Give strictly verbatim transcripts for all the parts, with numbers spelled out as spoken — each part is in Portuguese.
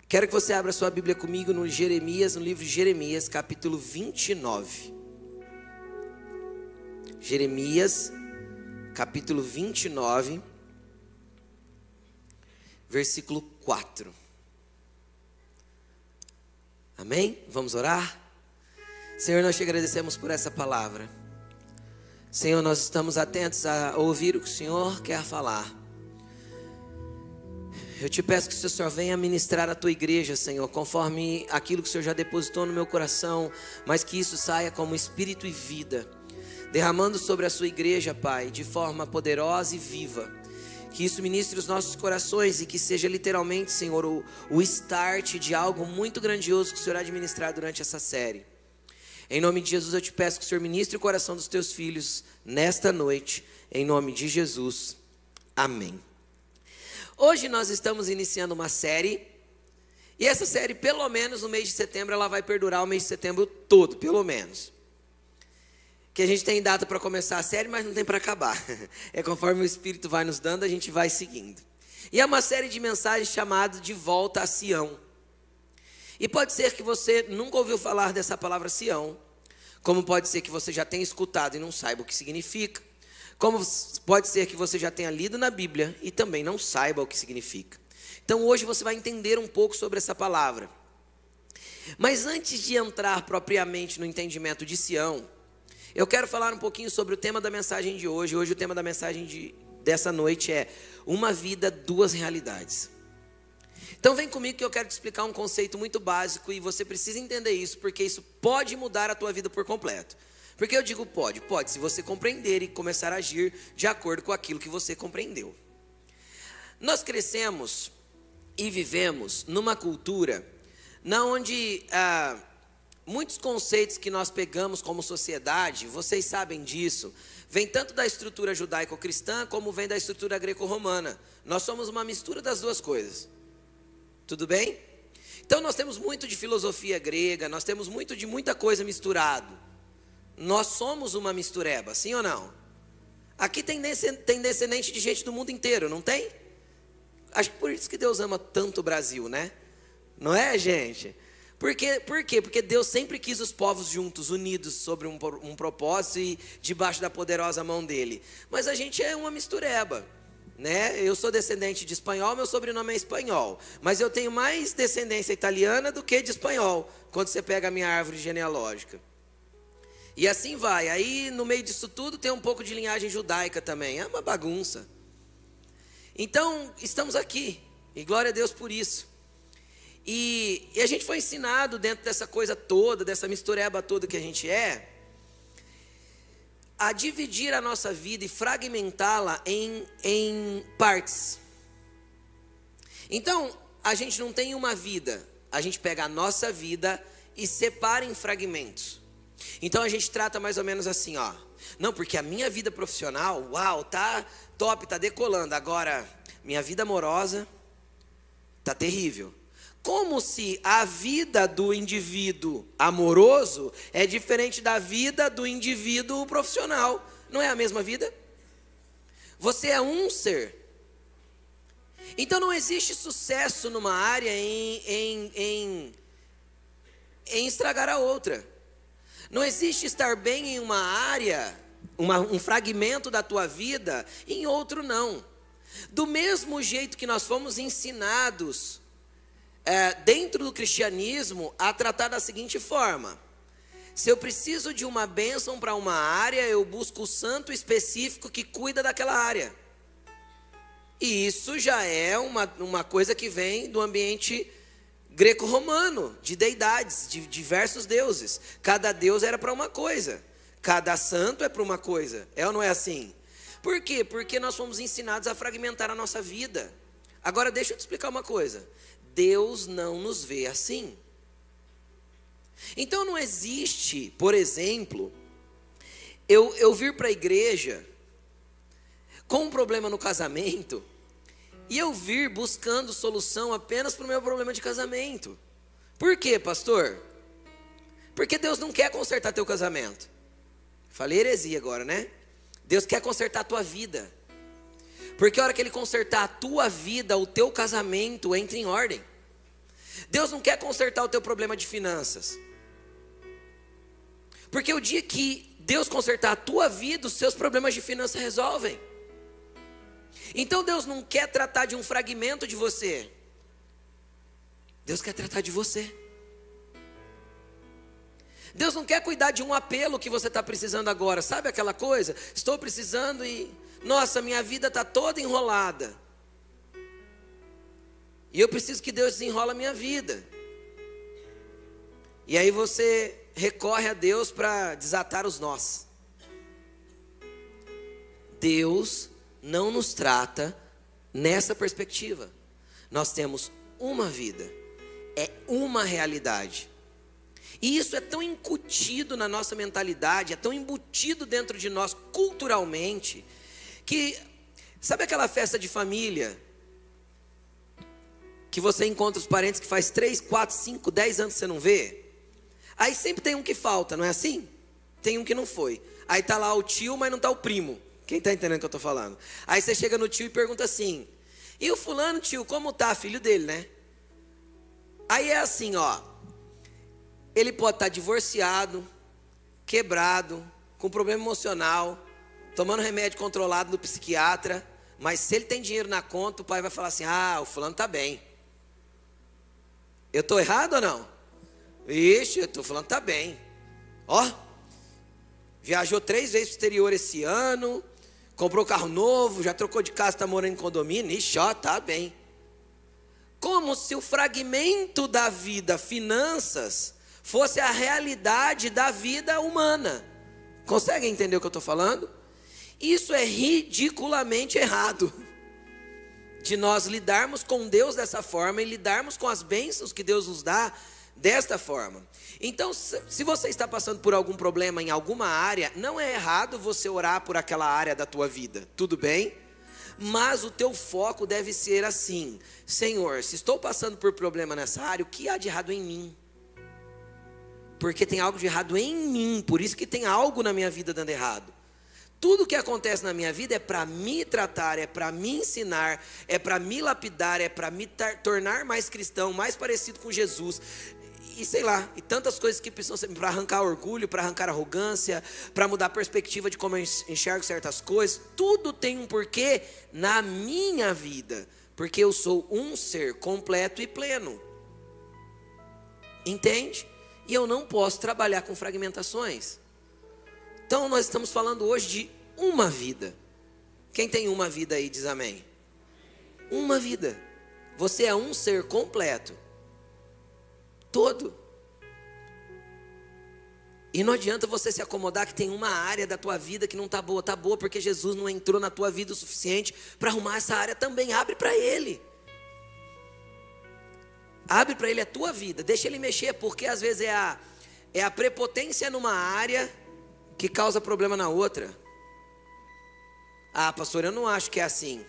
Quero que você abra sua Bíblia comigo no Jeremias, no livro de Jeremias, capítulo vinte e nove. Jeremias, capítulo vinte e nove, versículo quatro. Amém? Vamos orar? Senhor, nós te agradecemos por essa palavra. Senhor, nós estamos atentos a ouvir o que o Senhor quer falar. Eu te peço que o Senhor venha ministrar a tua igreja, Senhor, conforme aquilo que o Senhor já depositou no meu coração, mas que isso saia como espírito e vida, derramando sobre a sua igreja, Pai, de forma poderosa e viva. Que isso ministre os nossos corações e que seja literalmente, Senhor, o, o start de algo muito grandioso que o Senhor há de ministrar durante essa série. Em nome de Jesus eu te peço que o Senhor ministre o coração dos teus filhos nesta noite, em nome de Jesus, amém. Hoje nós estamos iniciando uma série, e essa série, pelo menos no mês de setembro, ela vai perdurar o mês de setembro todo, pelo menos. Que a gente tem data para começar a série, mas não tem para acabar. É conforme o Espírito vai nos dando, a gente vai seguindo. E é uma série de mensagens chamada De Volta a Sião. E pode ser que você nunca ouviu falar dessa palavra Sião, como pode ser que você já tenha escutado e não saiba o que significa. Como pode ser que você já tenha lido na Bíblia e também não saiba o que significa. Então hoje você vai entender um pouco sobre essa palavra. Mas antes de entrar propriamente no entendimento de Sião, eu quero falar um pouquinho sobre o tema da mensagem de hoje. Hoje o tema da mensagem de, dessa noite é Uma Vida, Duas Realidades. Então vem comigo que eu quero te explicar um conceito muito básico e você precisa entender isso, porque isso pode mudar a tua vida por completo. Porque eu digo pode, pode, se você compreender e começar a agir de acordo com aquilo que você compreendeu. Nós crescemos e vivemos numa cultura na onde ah, muitos conceitos que nós pegamos como sociedade, vocês sabem disso, vem tanto da estrutura judaico-cristã como vem da estrutura greco-romana. Nós somos uma mistura das duas coisas. Tudo bem? Então nós temos muito de filosofia grega, nós temos muito de muita coisa misturado. Nós somos uma mistureba, sim ou não? Aqui tem descendente de gente do mundo inteiro, não tem? Acho que por isso que Deus ama tanto o Brasil, né? Não é, gente? Por quê? Por quê? Porque Deus sempre quis os povos juntos, unidos sobre um, um propósito e debaixo da poderosa mão dele. Mas a gente é uma mistureba, né? Eu sou descendente de espanhol, meu sobrenome é espanhol. Mas eu tenho mais descendência italiana do que de espanhol, quando você pega a minha árvore genealógica. E assim vai, aí no meio disso tudo tem um pouco de linhagem judaica também, é uma bagunça. Então, estamos aqui, e glória a Deus por isso. E, e a gente foi ensinado dentro dessa coisa toda, dessa mistureba toda que a gente é, a dividir a nossa vida e fragmentá-la em, em partes. Então, a gente não tem uma vida, a gente pega a nossa vida e separa em fragmentos. Então a gente trata mais ou menos assim, ó. Não, porque a minha vida profissional, uau, tá top, tá decolando. Agora, minha vida amorosa tá terrível. Como se a vida do indivíduo amoroso é diferente da vida do indivíduo profissional. Não é a mesma vida? Você é um ser. Então não existe sucesso numa área em, em, em, em estragar a outra. Não existe estar bem em uma área, uma, um fragmento da tua vida, em outro não. Do mesmo jeito que nós fomos ensinados, é, dentro do cristianismo, a tratar da seguinte forma: se eu preciso de uma bênção para uma área, eu busco o santo específico que cuida daquela área. E isso já é uma, uma coisa que vem do ambiente greco-romano, de deidades, de diversos deuses. Cada deus era para uma coisa, cada santo é para uma coisa, é ou não é assim? Por quê? Porque nós fomos ensinados a fragmentar a nossa vida. Agora deixa eu te explicar uma coisa, Deus não nos vê assim. Então não existe, por exemplo, eu, eu vir para a igreja com um problema no casamento e eu vir buscando solução apenas para o meu problema de casamento. Por quê, pastor? Porque Deus não quer consertar teu casamento. Falei heresia agora, né? Deus quer consertar a tua vida. Porque a hora que Ele consertar a tua vida, o teu casamento entra em ordem. Deus não quer consertar o teu problema de finanças. Porque o dia que Deus consertar a tua vida, os seus problemas de finanças resolvem. Então Deus não quer tratar de um fragmento de você. Deus quer tratar de você. Deus não quer cuidar de um apelo que você está precisando agora. Sabe aquela coisa? Estou precisando e... nossa, minha vida está toda enrolada. E eu preciso que Deus desenrola a minha vida. E aí você recorre a Deus para desatar os nós. Deus não nos trata nessa perspectiva. Nós temos uma vida. É uma realidade. E isso é tão incutido na nossa mentalidade, é tão embutido dentro de nós culturalmente, que, sabe aquela festa de família, que você encontra os parentes que faz três, quatro, cinco, dez anos que você não vê? Aí sempre tem um que falta, não é assim? Tem um que não foi. Aí tá lá o tio, mas não tá o primo. Quem tá entendendo o que eu tô falando? Aí você chega no tio e pergunta assim: e o fulano, tio, como tá? Filho dele, né? Aí é assim, ó. Ele pode estar divorciado, quebrado, com problema emocional, tomando remédio controlado do psiquiatra, mas se ele tem dinheiro na conta, o pai vai falar assim: ah, o fulano está bem. Eu estou errado ou não? Ixi, eu estou falando que está bem. Ó, viajou três vezes para o exterior esse ano, comprou carro novo, já trocou de casa, está morando em condomínio, ixi, ó, está bem. Como se o fragmento da vida, finanças, fosse a realidade da vida humana. Conseguem entender o que eu estou falando? Isso é ridiculamente errado. De nós lidarmos com Deus dessa forma e lidarmos com as bênçãos que Deus nos dá desta forma. Então, se você está passando por algum problema em alguma área, não é errado você orar por aquela área da tua vida, tudo bem? Mas o teu foco deve ser assim: Senhor, se estou passando por problema nessa área, o que há de errado em mim? Porque tem algo de errado em mim, por isso que tem algo na minha vida dando errado. Tudo que acontece na minha vida é para me tratar, é para me ensinar, é para me lapidar, é para me tornar mais cristão, mais parecido com Jesus. E sei lá, e tantas coisas que precisam ser para arrancar orgulho, para arrancar arrogância, para mudar a perspectiva de como eu enxergo certas coisas. Tudo tem um porquê na minha vida, porque eu sou um ser completo e pleno. Entende? E eu não posso trabalhar com fragmentações. Então nós estamos falando hoje de uma vida. Quem tem uma vida aí diz amém. Uma vida. Você é um ser completo. Todo. E não adianta você se acomodar que tem uma área da tua vida que não está boa. Está boa porque Jesus não entrou na tua vida o suficiente para arrumar essa área também. Abre para Ele. Abre para Ele a tua vida. Deixa Ele mexer, porque às vezes é a, é a prepotência numa área que causa problema na outra. Ah, pastor, eu não acho que é assim.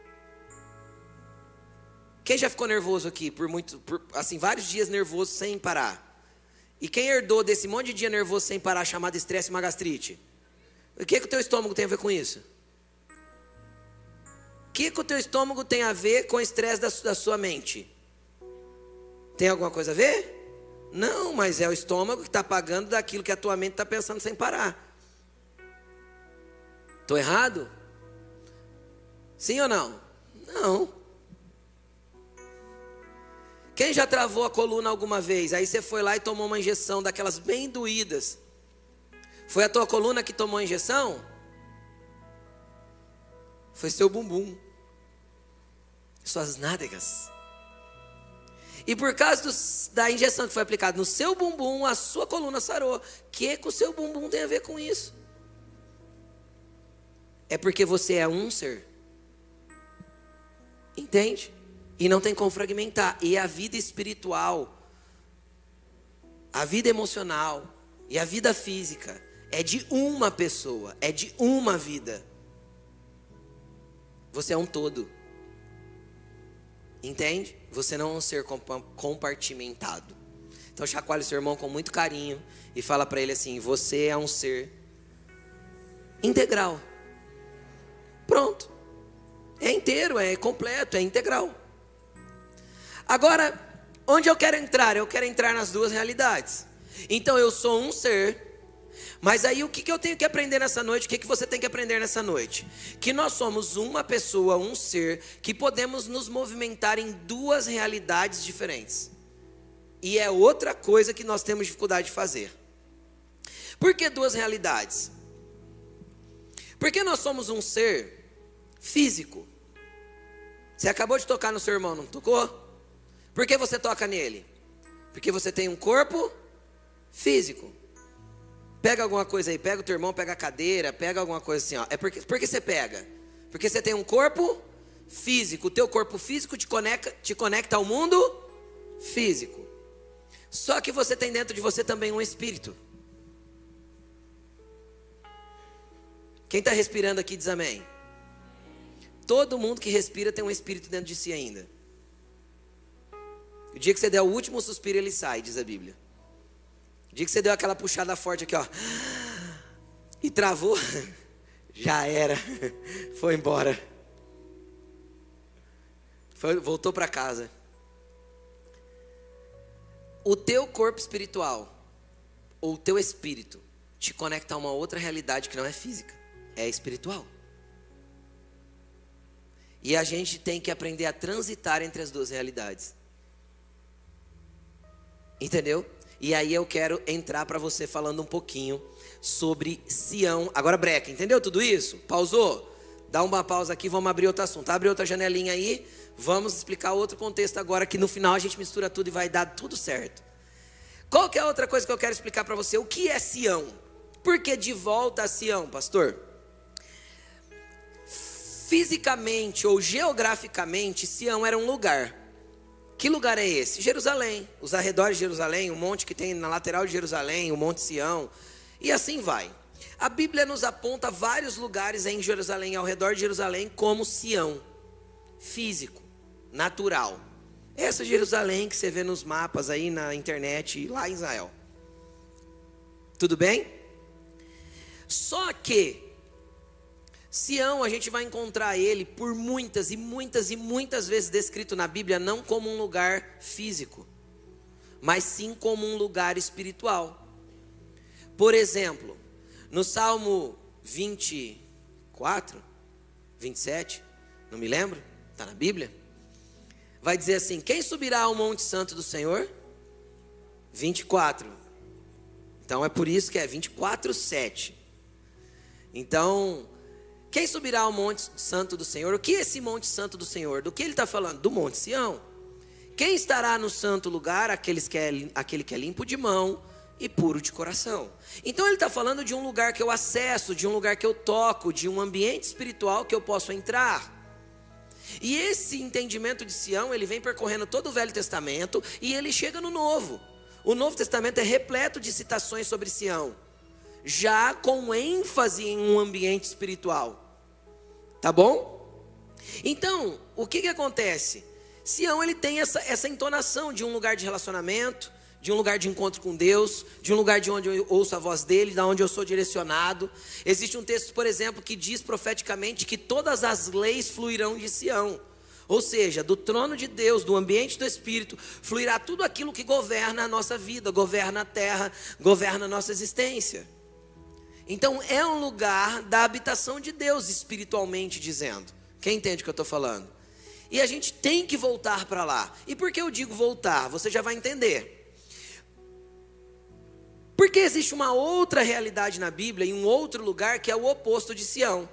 Quem já ficou nervoso aqui por muito, por, assim, vários dias nervoso sem parar? E quem herdou desse monte de dia nervoso sem parar, chamado estresse e uma gastrite? O que que o teu estômago tem a ver com isso? O que que o teu estômago tem a ver com o estresse da, da sua mente? Tem alguma coisa a ver? Não, mas é o estômago que está pagando daquilo que a tua mente está pensando sem parar. Estou errado? Sim ou não? Não. Quem já travou a coluna alguma vez? Aí você foi lá e tomou uma injeção daquelas bem doídas. Foi a tua coluna que tomou a injeção? Foi seu bumbum. Suas nádegas. E por causa dos, da injeção que foi aplicada no seu bumbum, a sua coluna sarou. O que que o seu bumbum tem a ver com isso? É porque você é um ser. Entende? E não tem como fragmentar. E a vida espiritual, a vida emocional e a vida física é de uma pessoa, é de uma vida. Você é um todo. Entende? Você não é um ser compartimentado. Então chacoalhe seu irmão com muito carinho e fala para ele assim: você é um ser integral. Pronto. É inteiro, é completo, é integral. Agora, Onde eu quero entrar? Eu quero entrar nas duas realidades. Então eu sou um ser. Mas aí o que, que eu tenho que aprender nessa noite? O que, que você tem que aprender nessa noite? Que nós somos uma pessoa, um ser, que podemos nos movimentar em duas realidades diferentes. E é outra coisa que nós temos dificuldade de fazer. Por que duas realidades? Porque nós somos um ser físico. Você acabou de tocar no seu irmão, não tocou? Por que você toca nele? Porque você tem um corpo físico. Pega alguma coisa aí, pega o teu irmão, pega a cadeira, pega alguma coisa assim, ó. É porque, por que você pega? Porque você tem um corpo físico. O teu corpo físico te conecta, te conecta ao mundo físico. Só que você tem dentro de você também um espírito. Quem está respirando aqui diz amém. Todo mundo que respira tem um espírito dentro de si ainda. O dia que você der o último suspiro, ele sai, diz a Bíblia. O dia que você deu aquela puxada forte aqui, ó, e travou, já era, foi embora. Foi, voltou para casa. O teu corpo espiritual, ou o teu espírito, te conecta a uma outra realidade que não é física, é espiritual. E a gente tem que aprender a transitar entre as duas realidades. Entendeu? E aí eu quero entrar para você falando um pouquinho sobre Sião. Agora breca, entendeu tudo isso? Pausou? Dá uma pausa aqui, vamos abrir outro assunto. Abre outra janelinha aí, vamos explicar outro contexto agora, que no final a gente mistura tudo e vai dar tudo certo. Qual que é a outra coisa que eu quero explicar para você? O que é Sião? Por que de volta a Sião, pastor? Fisicamente ou geograficamente, Sião era um lugar. Que lugar é esse? Jerusalém, os arredores de Jerusalém, o monte que tem na lateral de Jerusalém, o Monte Sião, e assim vai. A Bíblia nos aponta vários lugares em Jerusalém, ao redor de Jerusalém, como Sião, físico, natural. Essa Jerusalém que você vê nos mapas aí na internet, lá em Israel. Tudo bem? Só que Sião, a gente vai encontrar ele por muitas e muitas e muitas vezes descrito na Bíblia, não como um lugar físico, mas sim como um lugar espiritual. Por exemplo, no Salmo vinte e quatro, vinte e sete, não me lembro, está na Bíblia, vai dizer assim: quem subirá ao monte santo do Senhor? vinte e quatro, então é por isso que é vinte e quatro, sete. Então, quem subirá ao monte santo do Senhor? O que é esse monte santo do Senhor? Do que ele está falando? Do monte Sião. Quem estará no santo lugar? Aqueles que é, aquele que é limpo de mão e puro de coração. Então ele está falando de um lugar que eu acesso, de um lugar que eu toco, de um ambiente espiritual que eu posso entrar. E esse entendimento de Sião, ele vem percorrendo todo o Velho Testamento e ele chega no Novo. O Novo Testamento é repleto de citações sobre Sião, já com ênfase em um ambiente espiritual. Tá bom? Então, o que que acontece? Sião, ele tem essa, essa entonação de um lugar de relacionamento, de um lugar de encontro com Deus, de um lugar de onde eu ouço a voz dele, de onde eu sou direcionado. Existe um texto, por exemplo, que diz profeticamente que todas as leis fluirão de Sião. Ou seja, do trono de Deus, do ambiente do Espírito, fluirá tudo aquilo que governa a nossa vida, governa a terra, governa a nossa existência. Então é um lugar da habitação de Deus, espiritualmente dizendo. Quem entende o que eu estou falando? E a gente tem que voltar para lá. E por que eu digo voltar? Você já vai entender. Porque existe uma outra realidade na Bíblia, em um outro lugar, que é o oposto de Sião.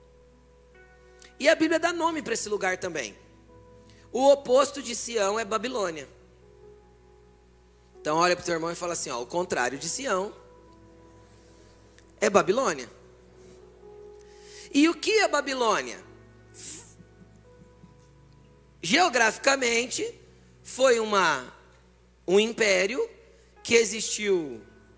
E a Bíblia dá nome para esse lugar também. O oposto de Sião é Babilônia. Então olha para o teu irmão e fala assim, ó, o contrário de Sião é Babilônia. E o que é Babilônia? Geograficamente, foi uma, um império que existiu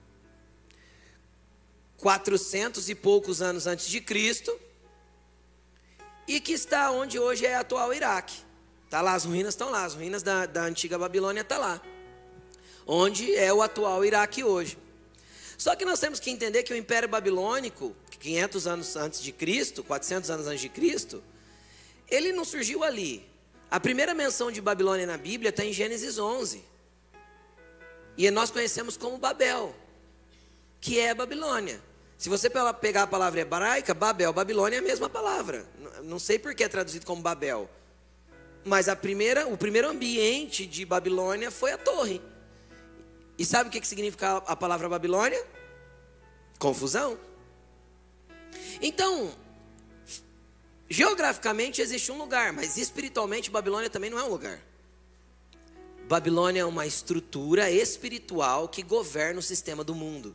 quatrocentos e poucos anos antes de Cristo e que está onde hoje é atual Iraque. Está lá, as ruínas estão lá, as ruínas da, da antiga Babilônia estão lá, onde é o atual Iraque hoje. Só que nós temos que entender que o Império Babilônico, quinhentos anos antes de Cristo, quatrocentos anos antes de Cristo, ele não surgiu ali. A primeira menção de Babilônia na Bíblia está em Gênesis onze. E nós conhecemos como Babel, que é Babilônia. Se você pegar a palavra hebraica, Babel, Babilônia é a mesma palavra. Não sei por que é traduzido como Babel. Mas a primeira, o primeiro ambiente de Babilônia foi a torre. E sabe o que significa a palavra Babilônia? Confusão. Então, geograficamente existe um lugar, mas espiritualmente Babilônia também não é um lugar. Babilônia é uma estrutura espiritual que governa o sistema do mundo.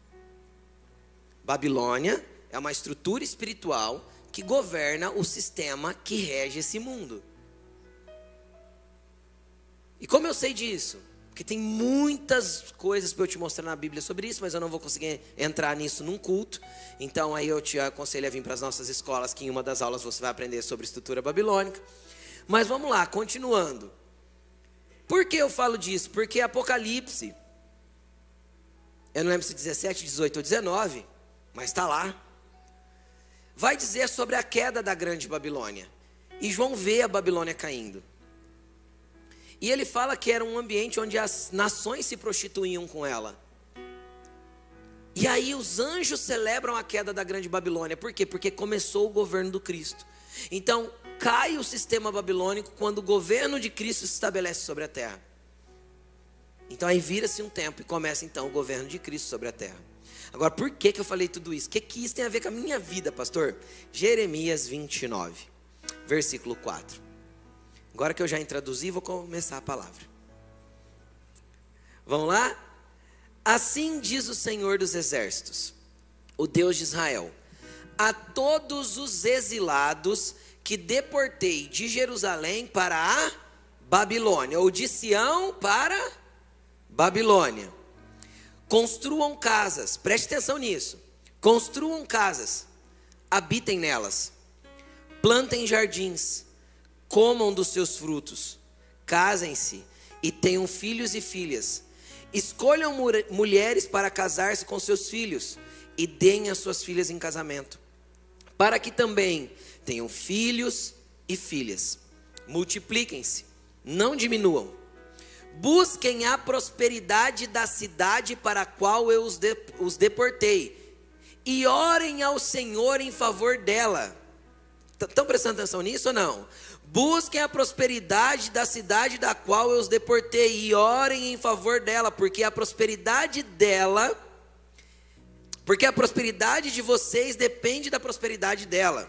Babilônia é uma estrutura espiritual que governa o sistema que rege esse mundo. E como eu sei disso? Porque tem muitas coisas para eu te mostrar na Bíblia sobre isso, mas eu não vou conseguir entrar nisso num culto. Então aí eu te aconselho a vir para as nossas escolas, que em uma das aulas você vai aprender sobre estrutura babilônica. Mas vamos lá, continuando. Por que eu falo disso? Porque Apocalipse, eu não lembro se dezessete, dezoito ou dezenove, mas está lá, vai dizer sobre a queda da grande Babilônia. E João vê a Babilônia caindo. E ele fala que era um ambiente onde as nações se prostituíam com ela. E aí os anjos celebram a queda da grande Babilônia. Por quê? Porque começou o governo do Cristo. Então cai o sistema babilônico quando o governo de Cristo se estabelece sobre a terra. Então aí vira-se um tempo e começa então o governo de Cristo sobre a terra. Agora, por que que eu falei tudo isso? O que que isso tem a ver com a minha vida, pastor? Jeremias vinte e nove, versículo quatro. Agora que eu já introduzi, vou começar a palavra. Vamos lá? Assim diz o Senhor dos Exércitos, o Deus de Israel: a todos os exilados que deportei de Jerusalém para a Babilônia, ou de Sião para Babilônia, construam casas, preste atenção nisso, construam casas, habitem nelas, plantem jardins, comam dos seus frutos, casem-se e tenham filhos e filhas, escolham mulheres para casar-se com seus filhos e deem as suas filhas em casamento, para que também tenham filhos e filhas. Multipliquem-se, não diminuam. Busquem a prosperidade da cidade para a qual eu os, de, os deportei, e orem ao Senhor em favor dela. Estão prestando atenção nisso ou não? Busquem a prosperidade da cidade da qual eu os deportei e orem em favor dela, porque a prosperidade dela, porque a prosperidade de vocês depende da prosperidade dela.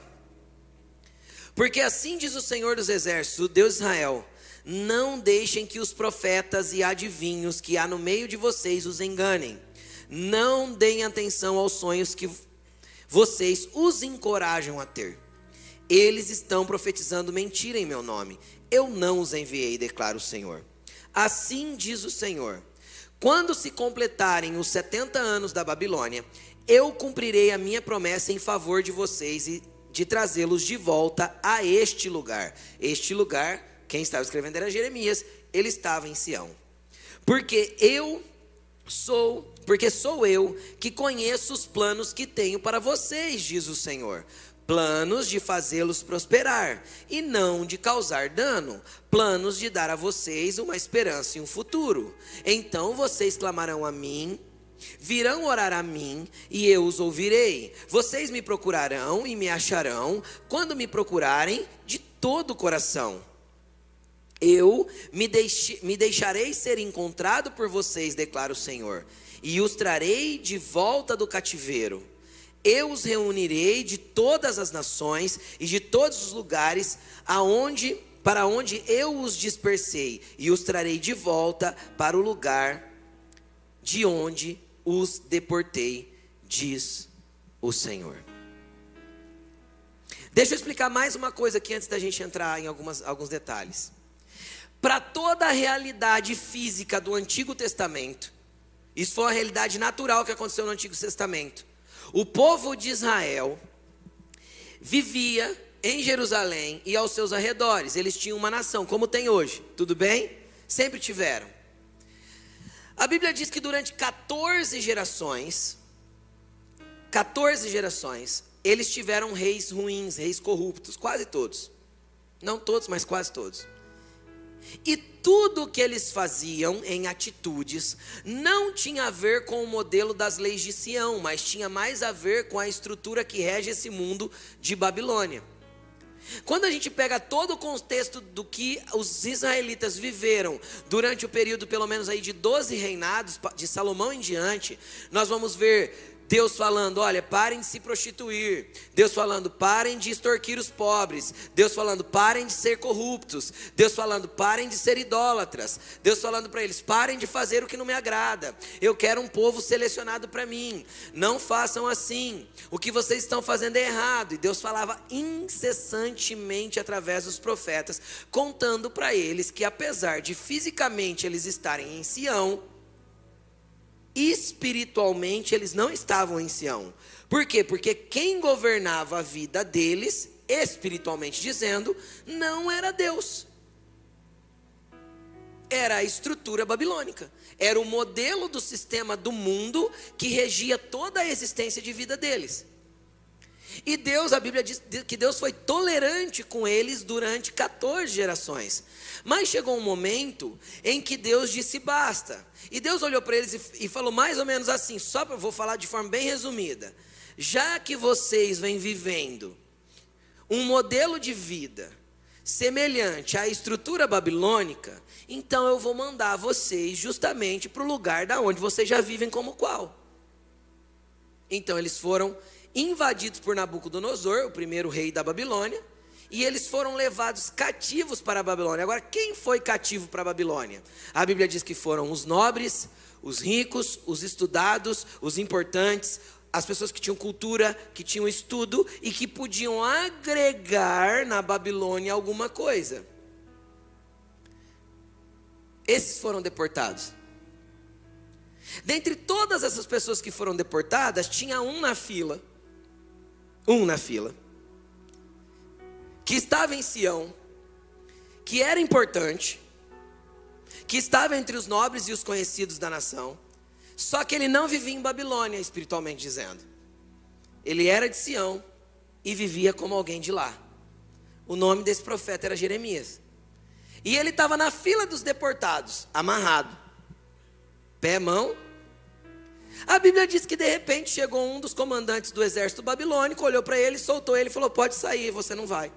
Porque assim diz o Senhor dos Exércitos, o Deus de Israel: não deixem que os profetas e adivinhos que há no meio de vocês os enganem. Não deem atenção aos sonhos que vocês os encorajam a ter. Eles estão profetizando mentira em meu nome. Eu não os enviei, declara o Senhor. Assim diz o Senhor: quando se completarem os setenta anos da Babilônia, eu cumprirei a minha promessa em favor de vocês e de trazê-los de volta a este lugar. Este lugar, quem estava escrevendo era Jeremias, ele estava em Sião. Porque eu sou, porque sou eu que conheço os planos que tenho para vocês, diz o Senhor. Planos de fazê-los prosperar e não de causar dano, planos de dar a vocês uma esperança e um futuro. Então vocês clamarão a mim, virão orar a mim e eu os ouvirei. Vocês me procurarão e me acharão quando me procurarem de todo o coração. Eu me, deixe, me deixarei ser encontrado por vocês, declara o Senhor, e os trarei de volta do cativeiro. Eu os reunirei de todas as nações e de todos os lugares aonde, para onde eu os dispersei, e os trarei de volta para o lugar de onde os deportei, diz o Senhor. Deixa eu explicar mais uma coisa aqui antes da gente entrar em algumas, alguns detalhes. Para toda a realidade física do Antigo Testamento, isso foi uma realidade natural que aconteceu no Antigo Testamento. O povo de Israel vivia em Jerusalém e aos seus arredores. Eles tinham uma nação, como tem hoje, tudo bem? Sempre tiveram. A Bíblia diz que durante quatorze gerações, quatorze gerações, eles tiveram reis ruins, reis corruptos, quase todos. Não todos, mas quase todos. E tudo o que eles faziam em atitudes não tinha a ver com o modelo das leis de Sião, mas tinha mais a ver com a estrutura que rege esse mundo de Babilônia. Quando a gente pega todo o contexto do que os israelitas viveram durante o período pelo menos aí de doze reinados, de Salomão em diante, nós vamos ver Deus falando, olha, parem de se prostituir. Deus falando, parem de extorquir os pobres. Deus falando, parem de ser corruptos. Deus falando, parem de ser idólatras. Deus falando para eles, parem de fazer o que não me agrada. Eu quero um povo selecionado para mim. Não façam assim. O que vocês estão fazendo é errado. E Deus falava incessantemente através dos profetas, contando para eles que apesar de fisicamente eles estarem em Sião, espiritualmente eles não estavam em Sião. Por quê? Porque quem governava a vida deles, espiritualmente dizendo, não era Deus. Era a estrutura babilônica. Era o modelo do sistema do mundo que regia toda a existência de vida deles. E Deus, a Bíblia diz que Deus foi tolerante com eles durante quatorze gerações. Mas chegou um momento em que Deus disse basta. E Deus olhou para eles e, e falou mais ou menos assim, só para eu vou falar de forma bem resumida. Já que vocês vêm vivendo um modelo de vida semelhante à estrutura babilônica, então eu vou mandar vocês justamente para o lugar da onde vocês já vivem como qual. Então eles foram invadidos por Nabucodonosor, o primeiro rei da Babilônia, e eles foram levados cativos para a Babilônia. Agora, quem foi cativo para a Babilônia? A Bíblia diz que foram os nobres, os ricos, os estudados, os importantes, as pessoas que tinham cultura, que tinham estudo e que podiam agregar na Babilônia alguma coisa. Esses foram deportados. Dentre todas essas pessoas que foram deportadas, tinha um na fila, um na fila, que estava em Sião, que era importante, que estava entre os nobres e os conhecidos da nação, só que ele não vivia em Babilônia, espiritualmente dizendo. Ele era de Sião e vivia como alguém de lá. O nome desse profeta era Jeremias. E ele estava na fila dos deportados, amarrado, pé, mão. A Bíblia diz que de repente chegou um dos comandantes do exército babilônico, olhou para ele, soltou ele e falou, pode sair, você não vai.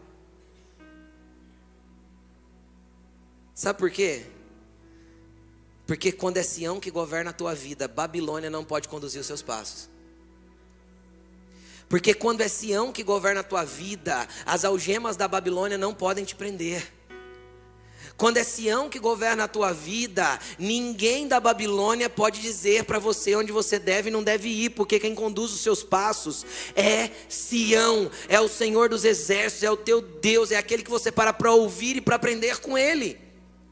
Sabe por quê? Porque quando é Sião que governa a tua vida, Babilônia não pode conduzir os seus passos. Porque quando é Sião que governa a tua vida, as algemas da Babilônia não podem te prender. Quando é Sião que governa a tua vida, ninguém da Babilônia pode dizer para você onde você deve e não deve ir, porque quem conduz os seus passos é Sião, é o Senhor dos exércitos, é o teu Deus, é aquele que você para para ouvir e para aprender com Ele.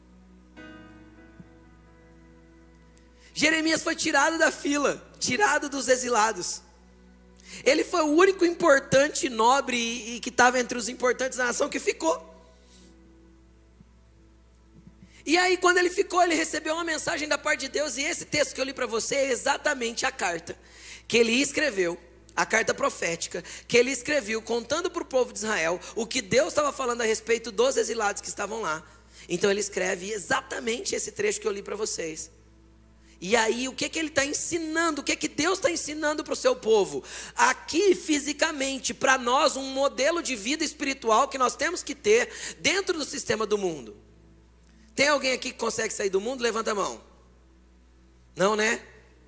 Jeremias foi tirado da fila, tirado dos exilados. Ele foi o único importante, nobre e, e que estava entre os importantes da nação que ficou. E aí quando ele ficou, ele recebeu uma mensagem da parte de Deus. E esse texto que eu li para você é exatamente a carta que ele escreveu, a carta profética que ele escreveu contando para o povo de Israel o que Deus estava falando a respeito dos exilados que estavam lá. Então ele escreve exatamente esse trecho que eu li para vocês. E aí o que, que ele está ensinando, o que, que Deus está ensinando para o seu povo? Aqui fisicamente, para nós, um modelo de vida espiritual que nós temos que ter dentro do sistema do mundo. Tem alguém aqui que consegue sair do mundo? Levanta a mão. Não, né?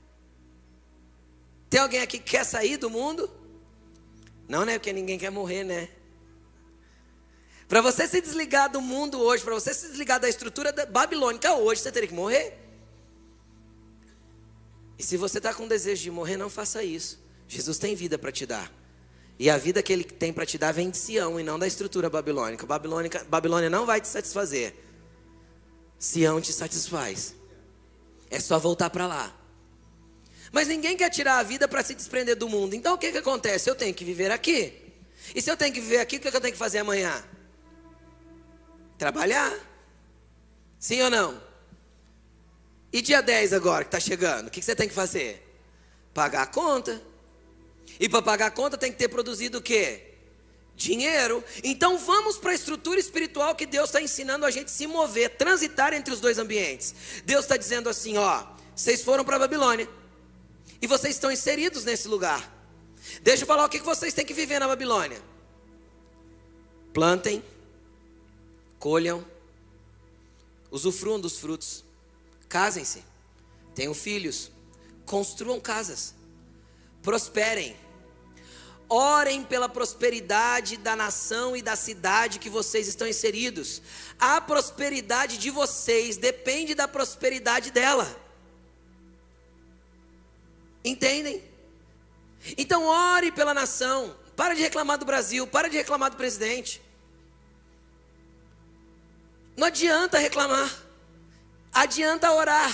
Tem alguém aqui que quer sair do mundo? Não, né? Porque ninguém quer morrer, né? Para você se desligar do mundo hoje, para você se desligar da estrutura babilônica hoje, você teria que morrer. E se você está com desejo de morrer, não faça isso. Jesus tem vida para te dar. E a vida que Ele tem para te dar vem de Sião e não da estrutura babilônica. Babilônica. Babilônia não vai te satisfazer. Sião te satisfaz. É só voltar para lá. Mas ninguém quer tirar a vida para se desprender do mundo. Então o que, que acontece? Eu tenho que viver aqui. E se eu tenho que viver aqui, o que, que eu tenho que fazer amanhã? Trabalhar. Sim ou não? E dia dez agora que está chegando, o que você tem que fazer? Pagar a conta. E para pagar a conta tem que ter produzido o quê? Dinheiro. Então vamos para a estrutura espiritual que Deus está ensinando a gente a se mover, transitar entre os dois ambientes. Deus está dizendo assim, ó, vocês foram para a Babilônia e vocês estão inseridos nesse lugar. Deixa eu falar o que vocês têm que viver na Babilônia. Plantem, colham, usufruam dos frutos, casem-se, tenham filhos, construam casas, prosperem, orem pela prosperidade da nação e da cidade que vocês estão inseridos. A prosperidade de vocês depende da prosperidade dela. Entendem? Então ore pela nação. Para de reclamar do Brasil, para de reclamar do presidente. Não adianta reclamar, adianta orar.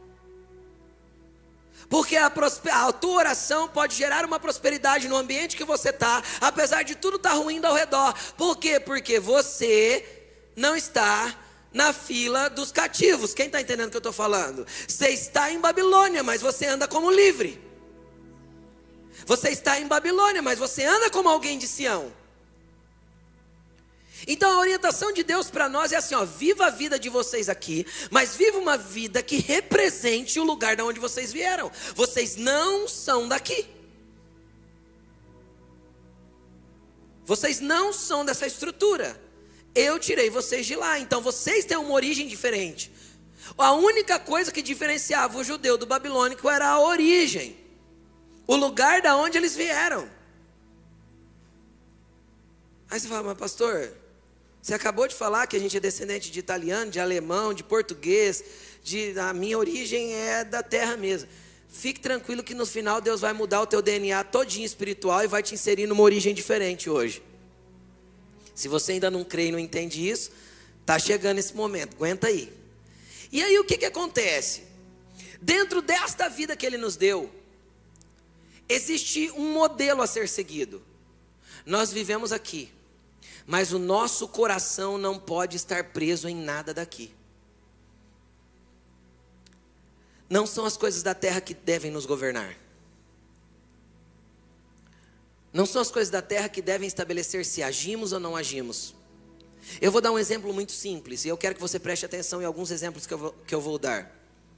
Porque a, prosper... a tua oração pode gerar uma prosperidade no ambiente que você está, apesar de tudo estar ruim ao redor. Por quê? Porque você não está na fila dos cativos. Quem está entendendo o que eu estou falando? Você está em Babilônia, mas você anda como livre. Você está em Babilônia, mas você anda como alguém de Sião. Então a orientação de Deus para nós é assim, ó, viva a vida de vocês aqui, mas viva uma vida que represente o lugar de onde vocês vieram. Vocês não são daqui. Vocês não são dessa estrutura. Eu tirei vocês de lá, então vocês têm uma origem diferente. A única coisa que diferenciava o judeu do babilônico era a origem. O lugar da onde eles vieram. Aí você fala, mas pastor, você acabou de falar que a gente é descendente de italiano, de alemão, de português, de, a minha origem é da terra mesmo. Fique tranquilo que no final Deus vai mudar o teu D N A todinho espiritual e vai te inserir numa origem diferente hoje. Se você ainda não crê e não entende isso, está chegando esse momento, aguenta aí. E aí o que, que acontece? Dentro desta vida que Ele nos deu, existe um modelo a ser seguido. Nós vivemos aqui, mas o nosso coração não pode estar preso em nada daqui. Não são as coisas da terra que devem nos governar. Não são as coisas da terra que devem estabelecer se agimos ou não agimos. Eu vou dar um exemplo muito simples, e eu quero que você preste atenção em alguns exemplos que eu vou, que eu vou dar.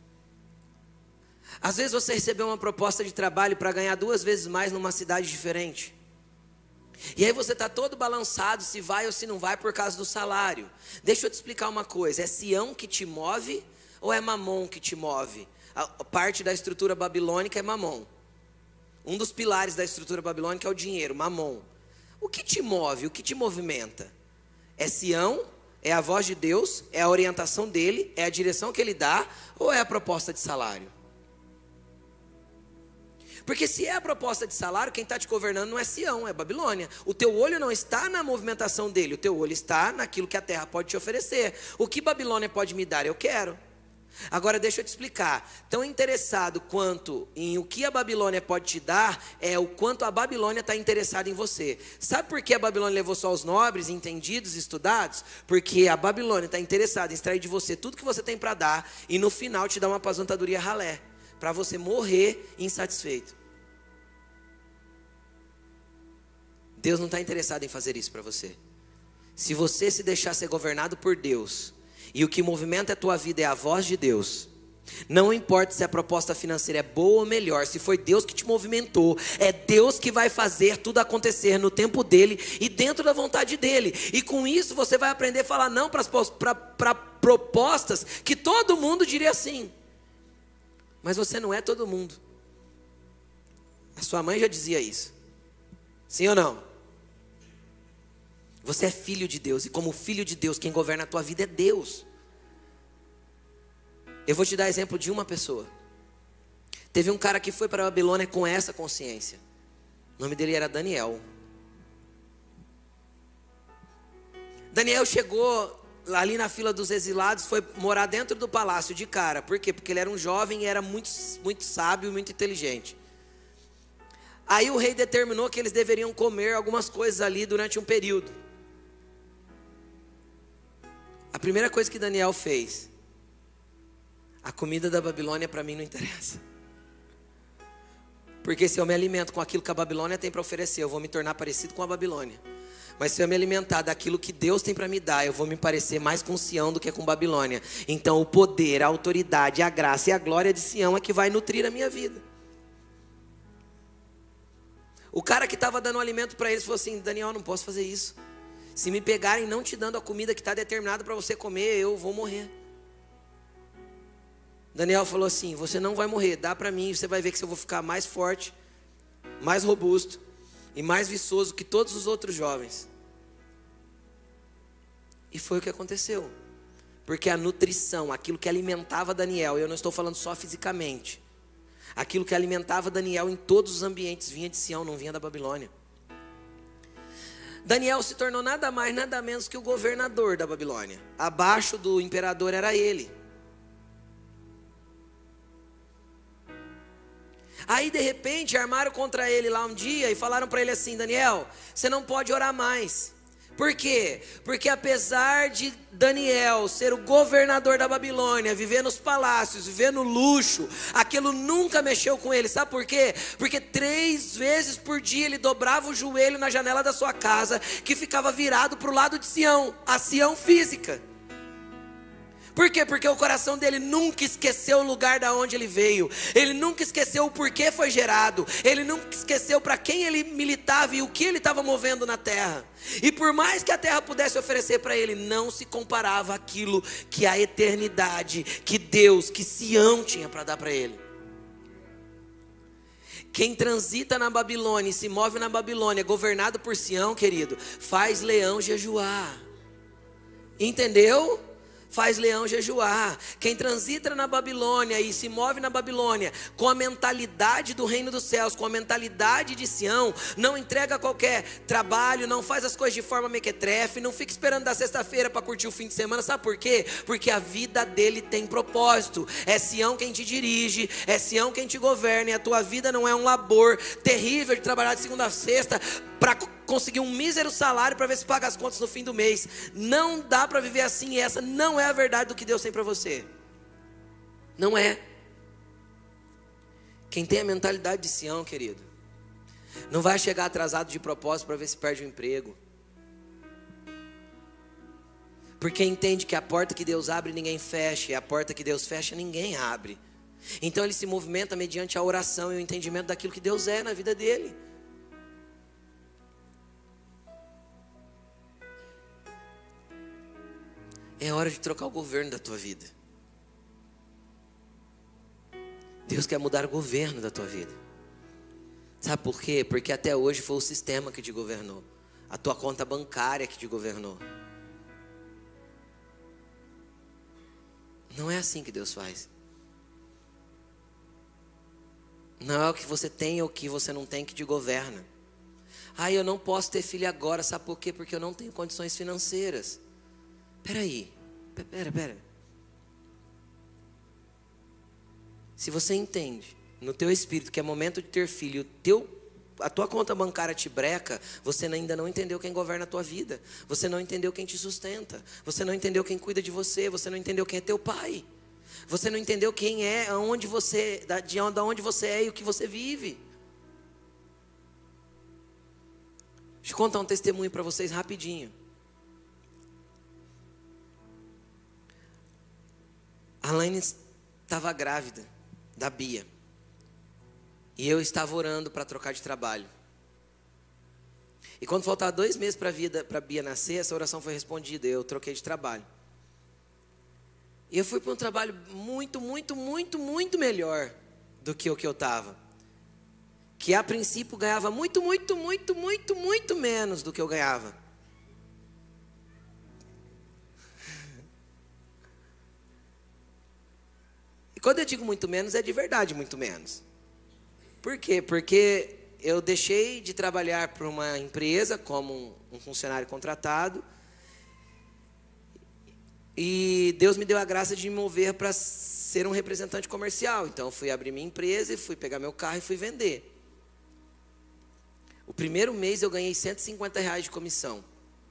Às vezes você recebeu uma proposta de trabalho para ganhar duas vezes mais numa cidade diferente. E aí você está todo balançado se vai ou se não vai por causa do salário. Deixa eu te explicar uma coisa, é Sião que te move ou é Mamon que te move? A parte da estrutura babilônica é Mamon. Um dos pilares da estrutura babilônica é o dinheiro, Mamon. O que te move, o que te movimenta? É Sião, é a voz de Deus, é a orientação dele, é a direção que ele dá ou é a proposta de salário? Porque se é a proposta de salário, quem está te governando não é Sião, é Babilônia. O teu olho não está na movimentação dele, o teu olho está naquilo que a terra pode te oferecer. O que Babilônia pode me dar, eu quero. Agora deixa eu te explicar. Tão interessado quanto em o que a Babilônia pode te dar, é o quanto a Babilônia está interessada em você. Sabe por que a Babilônia levou só os nobres, entendidos, estudados? Porque a Babilônia está interessada em extrair de você tudo que você tem para dar e no final te dar uma aposentadoria ralé, para você morrer insatisfeito. Deus não está interessado em fazer isso para você. Se você se deixar ser governado por Deus, e o que movimenta a tua vida é a voz de Deus, não importa se a proposta financeira é boa ou melhor, se foi Deus que te movimentou, é Deus que vai fazer tudo acontecer no tempo dele e dentro da vontade dele. E com isso você vai aprender a falar não para propostas que todo mundo diria sim. Mas você não é todo mundo. A sua mãe já dizia isso. Sim ou não? Você é filho de Deus. E como filho de Deus, quem governa a tua vida é Deus. Eu vou te dar exemplo de uma pessoa. Teve um cara que foi para a Babilônia com essa consciência. O nome dele era Daniel. Daniel chegou ali na fila dos exilados, foi morar dentro do palácio de cara. Por quê? Porque ele era um jovem e era muito, muito sábio e muito inteligente. Aí o rei determinou que eles deveriam comer algumas coisas ali durante um período. A primeira coisa que Daniel fez: a comida da Babilônia para mim não interessa. Porque se eu me alimento com aquilo que a Babilônia tem para oferecer, eu vou me tornar parecido com a Babilônia. Mas se eu me alimentar daquilo que Deus tem para me dar, eu vou me parecer mais com Sião do que com Babilônia. Então o poder, a autoridade, a graça e a glória de Sião é que vai nutrir a minha vida. O cara que estava dando alimento para eles falou assim: Daniel, eu não posso fazer isso. Se me pegarem não te dando a comida que está determinada para você comer, eu vou morrer. Daniel falou assim: você não vai morrer, dá para mim, você vai ver que eu vou ficar mais forte, mais robusto e mais viçoso que todos os outros jovens. E foi o que aconteceu. Porque a nutrição, aquilo que alimentava Daniel, eu não estou falando só fisicamente, aquilo que alimentava Daniel em todos os ambientes vinha de Sião, não vinha da Babilônia. Daniel se tornou nada mais, nada menos que o governador da Babilônia. Abaixo do imperador era ele. Aí de repente armaram contra ele lá um dia e falaram para ele assim: Daniel, você não pode orar mais. Por quê? Porque apesar de Daniel ser o governador da Babilônia, viver nos palácios, viver no luxo, aquilo nunca mexeu com ele. Sabe por quê? Porque três vezes por dia ele dobrava o joelho na janela da sua casa, que ficava virado para o lado de Sião, a Sião física. Por quê? Porque o coração dele nunca esqueceu o lugar da onde ele veio. Ele nunca esqueceu o porquê foi gerado. Ele nunca esqueceu para quem ele militava e o que ele estava movendo na terra. E por mais que a terra pudesse oferecer para ele, não se comparava àquilo que a eternidade, que Deus, que Sião tinha para dar para ele. Quem transita na Babilônia e se move na Babilônia, governado por Sião, querido, faz leão jejuar. Entendeu? Faz leão jejuar. Quem transita na Babilônia e se move na Babilônia com a mentalidade do reino dos céus, com a mentalidade de Sião, não entrega qualquer trabalho, não faz as coisas de forma mequetrefe, não fica esperando da sexta-feira para curtir o fim de semana. Sabe por quê? Porque a vida dele tem propósito. É Sião quem te dirige, é Sião quem te governa, e a tua vida não é um labor terrível de trabalhar de segunda a sexta para conseguir um mísero salário para ver se paga as contas no fim do mês. Não dá para viver assim, e essa não é a verdade do que Deus tem para você. Não é. Quem tem a mentalidade de Sião, querido, não vai chegar atrasado de propósito para ver se perde o emprego, porque entende que a porta que Deus abre ninguém fecha, e a porta que Deus fecha ninguém abre. Então ele se movimenta mediante a oração e o entendimento daquilo que Deus é na vida dele. É hora de trocar o governo da tua vida. Deus quer mudar o governo da tua vida. Sabe por quê? Porque até hoje foi o sistema que te governou, a tua conta bancária que te governou. Não é assim que Deus faz. Não é o que você tem ou o que você não tem que te governa. Ah, eu não posso ter filho agora, sabe por quê? Porque eu não tenho condições financeiras. Peraí, pera, pera. Se você entende no teu espírito que é momento de ter filho, o teu, a tua conta bancária te breca, você ainda não entendeu quem governa a tua vida. Você não entendeu quem te sustenta. Você não entendeu quem cuida de você. Você não entendeu quem é teu pai. Você não entendeu quem é, aonde você, de onde você é e o que você vive. Deixa eu contar um testemunho para vocês rapidinho. A Laine estava grávida da Bia. E eu estava orando para trocar de trabalho. E quando faltava dois meses para a Bia nascer, essa oração foi respondida. Eu troquei de trabalho. E eu fui para um trabalho muito, muito, muito, muito melhor do que o que eu estava. Que a princípio ganhava muito, muito, muito, muito, muito menos do que eu ganhava. Quando eu digo muito menos, é de verdade muito menos. Por quê? Porque eu deixei de trabalhar para uma empresa como um funcionário contratado. E Deus me deu a graça de me mover para ser um representante comercial. Então eu fui abrir minha empresa e fui pegar meu carro e fui vender. O primeiro mês eu ganhei cento e cinquenta reais de comissão.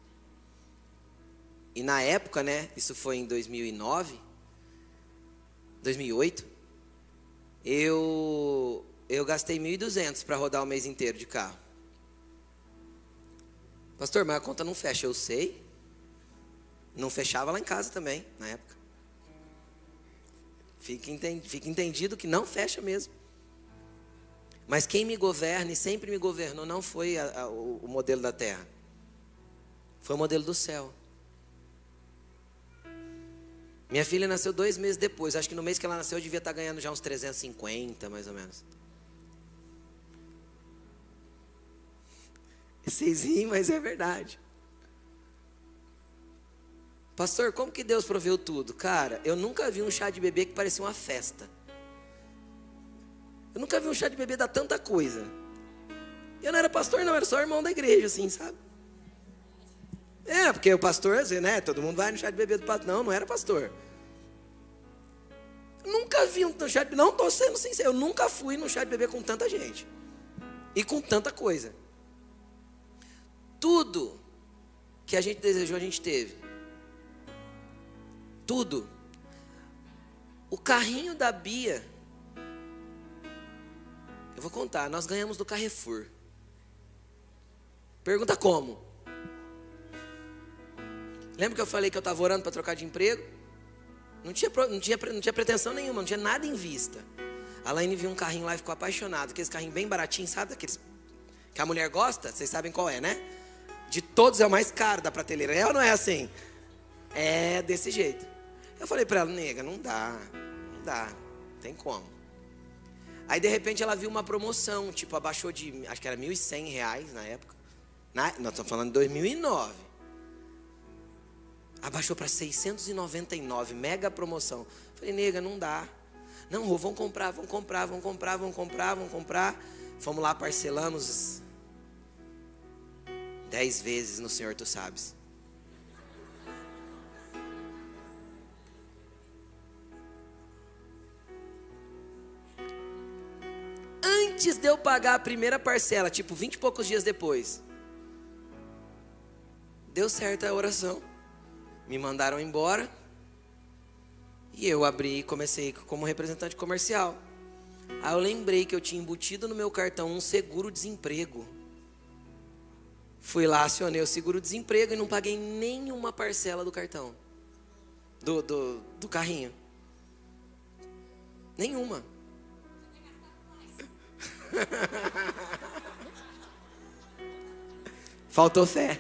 E na época, né, isso foi em dois mil e nove... dois mil e oito, eu, eu gastei mil e duzentos para rodar o mês inteiro de carro. Pastor, mas a conta não fecha. Eu sei. Não fechava lá em casa também, na época. Fica entendido, fica entendido que não fecha mesmo. Mas quem me governa e sempre me governou não foi a, a, o, o modelo da terra. Foi o modelo do céu. Minha filha nasceu dois meses depois. Acho que no mês que ela nasceu eu devia estar ganhando já uns trezentos e cinquenta, mais ou menos. Vocês riem, mas é verdade. Pastor, como que Deus proveu tudo? Cara, eu nunca vi um chá de bebê que parecia uma festa. Eu nunca vi um chá de bebê dar tanta coisa. Eu não era pastor não, eu era só irmão da igreja, assim, sabe? É, porque o pastor, assim, né? Todo mundo vai no chá de bebê do pastor. Não, não era pastor. Eu nunca vi um chá de bebê, não estou sendo sincero, eu nunca fui num chá de bebê com tanta gente. E com tanta coisa. Tudo que a gente desejou, a gente teve. Tudo. O carrinho da Bia, eu vou contar, nós ganhamos do Carrefour. Pergunta como? Lembra que eu falei que eu estava orando para trocar de emprego? Não tinha, não, tinha, não tinha pretensão nenhuma, não tinha nada em vista. A Laine viu um carrinho lá e ficou apaixonada. Aqueles carrinhos bem baratinhos, sabe? Aqueles que a mulher gosta, vocês sabem qual é, né? De todos é o mais caro da prateleira. É ou não é assim? É desse jeito. Eu falei para ela, nega, não dá, não dá, não tem como. Aí de repente ela viu uma promoção, tipo, abaixou de, acho que era mil e cem reais na época. Na, nós estamos falando de dois mil e nove. Abaixou para seiscentos e noventa e nove, mega promoção. Falei, nega, não dá. Não, Rô, vamos comprar, vamos comprar, vamos comprar, vamos comprar, vamos comprar. Fomos lá, parcelamos dez vezes no Senhor, tu sabes. Antes de eu pagar a primeira parcela, tipo vinte e poucos dias depois, deu certo a oração. Me mandaram embora. E eu abri e comecei como representante comercial. Aí eu lembrei que eu tinha embutido no meu cartão um seguro-desemprego. Fui lá, acionei o seguro-desemprego e não paguei nenhuma parcela do cartão. Do, do, do carrinho. Nenhuma. Faltou fé.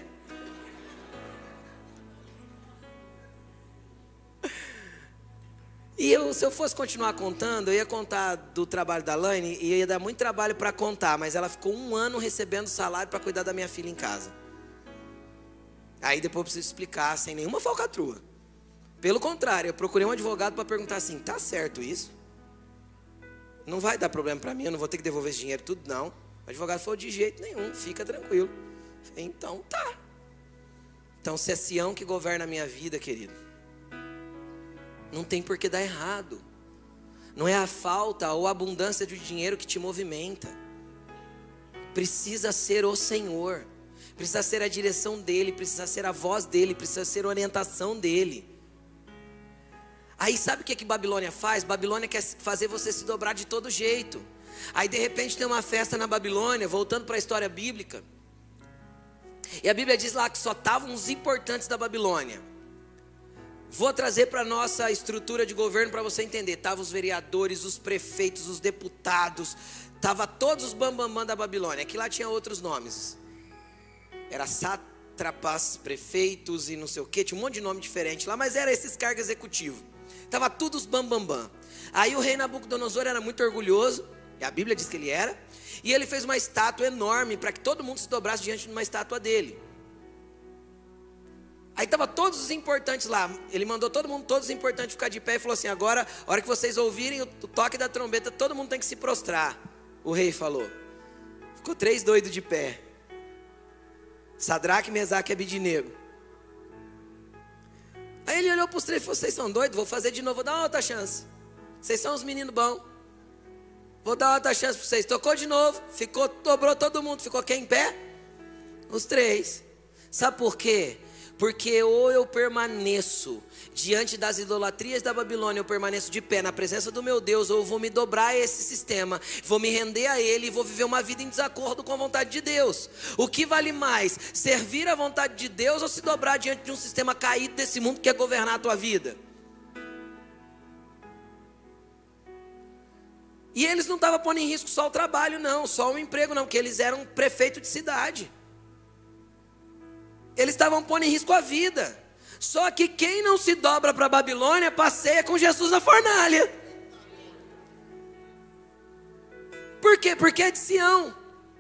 E eu, se eu fosse continuar contando, eu ia contar do trabalho da Laine e ia dar muito trabalho para contar, mas ela ficou um ano recebendo salário para cuidar da minha filha em casa. Aí depois eu preciso explicar sem nenhuma falcatrua. Pelo contrário, eu procurei um advogado para perguntar assim, tá certo isso? Não vai dar problema para mim, eu não vou ter que devolver esse dinheiro tudo não. O advogado falou, de jeito nenhum, fica tranquilo. Falei, então tá. Então se é Sião que governa a minha vida, querido, não tem por que dar errado. Não é a falta ou a abundância de dinheiro que te movimenta. Precisa ser o Senhor. Precisa ser a direção dEle. Precisa ser a voz dEle. Precisa ser a orientação dEle. Aí sabe o que que Babilônia faz? Babilônia quer fazer você se dobrar de todo jeito. Aí de repente tem uma festa na Babilônia, voltando para a história bíblica. E a Bíblia diz lá que só estavam os importantes da Babilônia. Vou trazer para a nossa estrutura de governo para você entender. Estavam os vereadores, os prefeitos, os deputados. Estava todos os bambambam da Babilônia. Aqui lá tinha outros nomes. Era sátrapas, prefeitos e não sei o que. Tinha um monte de nome diferente lá, mas era esses cargos executivos. Estava tudo os bambambam. Aí o rei Nabucodonosor era muito orgulhoso. E a Bíblia diz que ele era. E ele fez uma estátua enorme para que todo mundo se dobrasse diante de uma estátua dele. Aí estavam todos os importantes lá. Ele mandou todo mundo, todos os importantes ficar de pé e falou assim, agora, a hora que vocês ouvirem o toque da trombeta, todo mundo tem que se prostrar. O rei falou. Ficou três doidos de pé. Sadraque, Mesaque e Abidinego. Aí ele olhou para os três e falou, vocês são doidos? Vou fazer de novo, vou dar uma outra chance. Vocês são uns meninos bons. Vou dar uma outra chance para vocês. Tocou de novo, ficou, dobrou todo mundo. Ficou quem em pé? Os três. Sabe por quê? Porque ou eu permaneço diante das idolatrias da Babilônia, eu permaneço de pé na presença do meu Deus, ou eu vou me dobrar a esse sistema, vou me render a ele e vou viver uma vida em desacordo com a vontade de Deus. O que vale mais, servir a vontade de Deus ou se dobrar diante de um sistema caído desse mundo que quer governar a tua vida? E eles não estavam pondo em risco só o trabalho não, só o emprego não, porque eles eram prefeito de cidade. Eles estavam pondo em risco a vida. Só que quem não se dobra para a Babilônia passeia com Jesus na fornalha. Por quê? Porque é de Sião.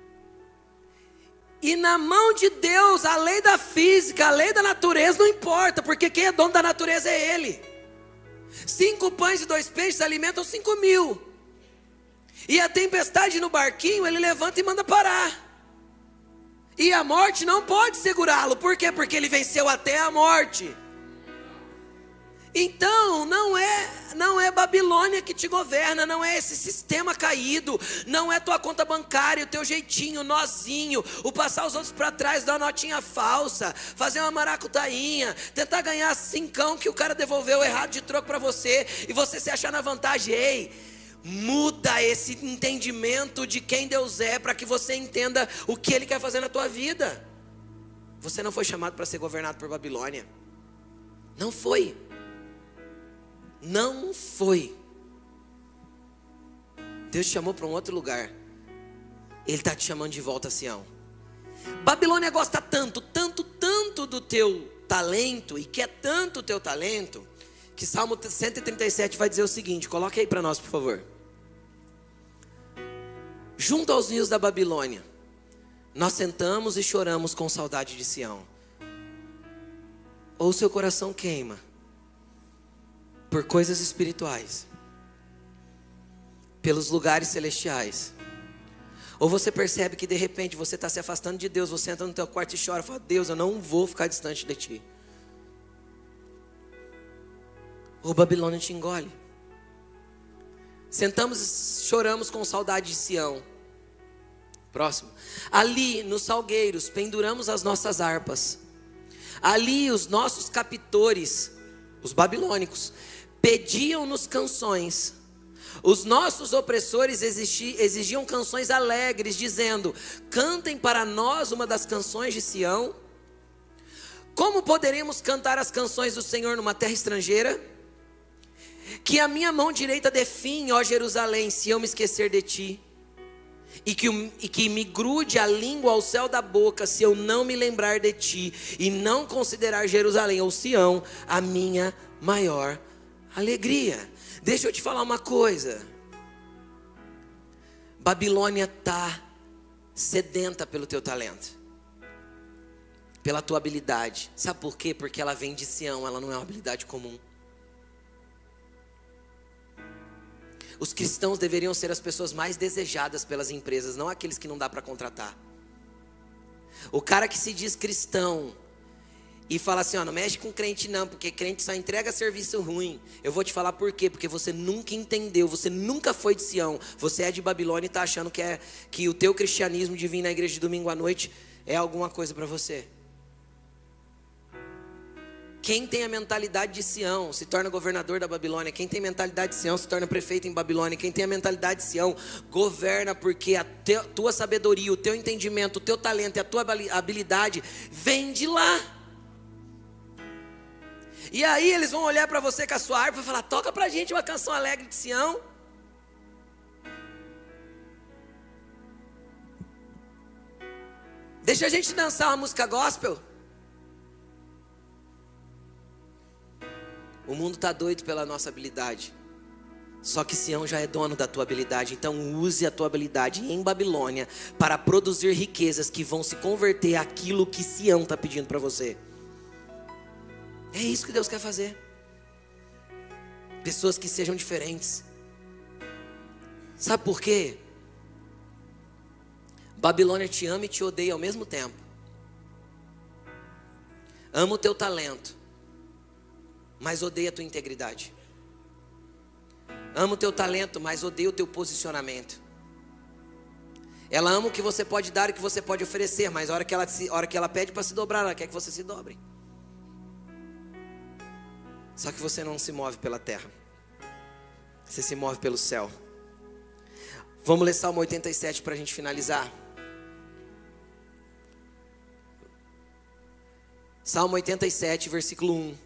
E na mão de Deus, a lei da física, a lei da natureza não importa, porque quem é dono da natureza é Ele. Cinco pães e dois peixes alimentam cinco mil. E a tempestade no barquinho, Ele levanta e manda parar. E a morte não pode segurá-lo. Por quê? Porque ele venceu até a morte. Então, não é, não é Babilônia que te governa, não é esse sistema caído, não é tua conta bancária, o teu jeitinho, o nozinho, o passar os outros para trás, dar uma notinha falsa, fazer uma maracutainha, tentar ganhar cincão que o cara devolveu errado de troco para você, e você se achar na vantagem. Ei, muda esse entendimento de quem Deus é, para que você entenda o que Ele quer fazer na tua vida. Você não foi chamado para ser governado por Babilônia. Não foi. Não foi. Deus te chamou para um outro lugar. Ele está te chamando de volta a Sião. Babilônia gosta tanto, tanto, tanto do teu talento, e quer tanto o teu talento, que Salmo cento e trinta e sete vai dizer o seguinte, coloque aí para nós por favor. Junto aos rios da Babilônia, nós sentamos e choramos com saudade de Sião. Ou seu coração queima por coisas espirituais, pelos lugares celestiais, ou você percebe que de repente você está se afastando de Deus, você entra no teu quarto e chora, fala: Deus, eu não vou ficar distante de Ti. Ou Babilônia te engole. Sentamos e choramos com saudade de Sião. Próximo. Ali nos salgueiros penduramos as nossas harpas. Ali os nossos captores, os babilônicos, pediam-nos canções. Os nossos opressores exigiam canções alegres, dizendo: cantem para nós uma das canções de Sião. Como poderemos cantar as canções do Senhor numa terra estrangeira? Que a minha mão direita definhe, ó Jerusalém, se eu me esquecer de ti. E que, e que me grude a língua ao céu da boca, se eu não me lembrar de ti, e não considerar Jerusalém ou Sião a minha maior alegria. Deixa eu te falar uma coisa. Babilônia está sedenta pelo teu talento, pela tua habilidade. Sabe por quê? Porque ela vem de Sião, ela não é uma habilidade comum. Os cristãos deveriam ser as pessoas mais desejadas pelas empresas, não aqueles que não dá para contratar. O cara que se diz cristão e fala assim: ó, não mexe com crente não, porque crente só entrega serviço ruim. Eu vou te falar por quê, porque você nunca entendeu, você nunca foi de Sião, você é de Babilônia e está achando que, é, que o teu cristianismo de vir na igreja de domingo à noite é alguma coisa para você. Quem tem a mentalidade de Sião se torna governador da Babilônia. Quem tem a mentalidade de Sião se torna prefeito em Babilônia. Quem tem a mentalidade de Sião governa, porque a te, tua sabedoria, o teu entendimento, o teu talento e a tua habilidade vem de lá. E aí eles vão olhar para você com a sua harpa e falar: toca pra gente uma canção alegre de Sião. Deixa a gente dançar uma música gospel. O mundo está doido pela nossa habilidade. Só que Sião já é dono da tua habilidade. Então use a tua habilidade em Babilônia para produzir riquezas que vão se converter àquilo que Sião está pedindo para você. É isso que Deus quer fazer. Pessoas que sejam diferentes. Sabe por quê? Babilônia te ama e te odeia ao mesmo tempo. Ama o teu talento, mas odeia a tua integridade. Ama o teu talento, mas odeia o teu posicionamento. Ela ama o que você pode dar e o que você pode oferecer, mas a hora que ela, a hora que ela pede para se dobrar, ela quer que você se dobre. Só que você não se move pela terra, você se move pelo céu. Vamos ler Salmo oitenta e sete para a gente finalizar. Salmo oitenta e sete, versículo um.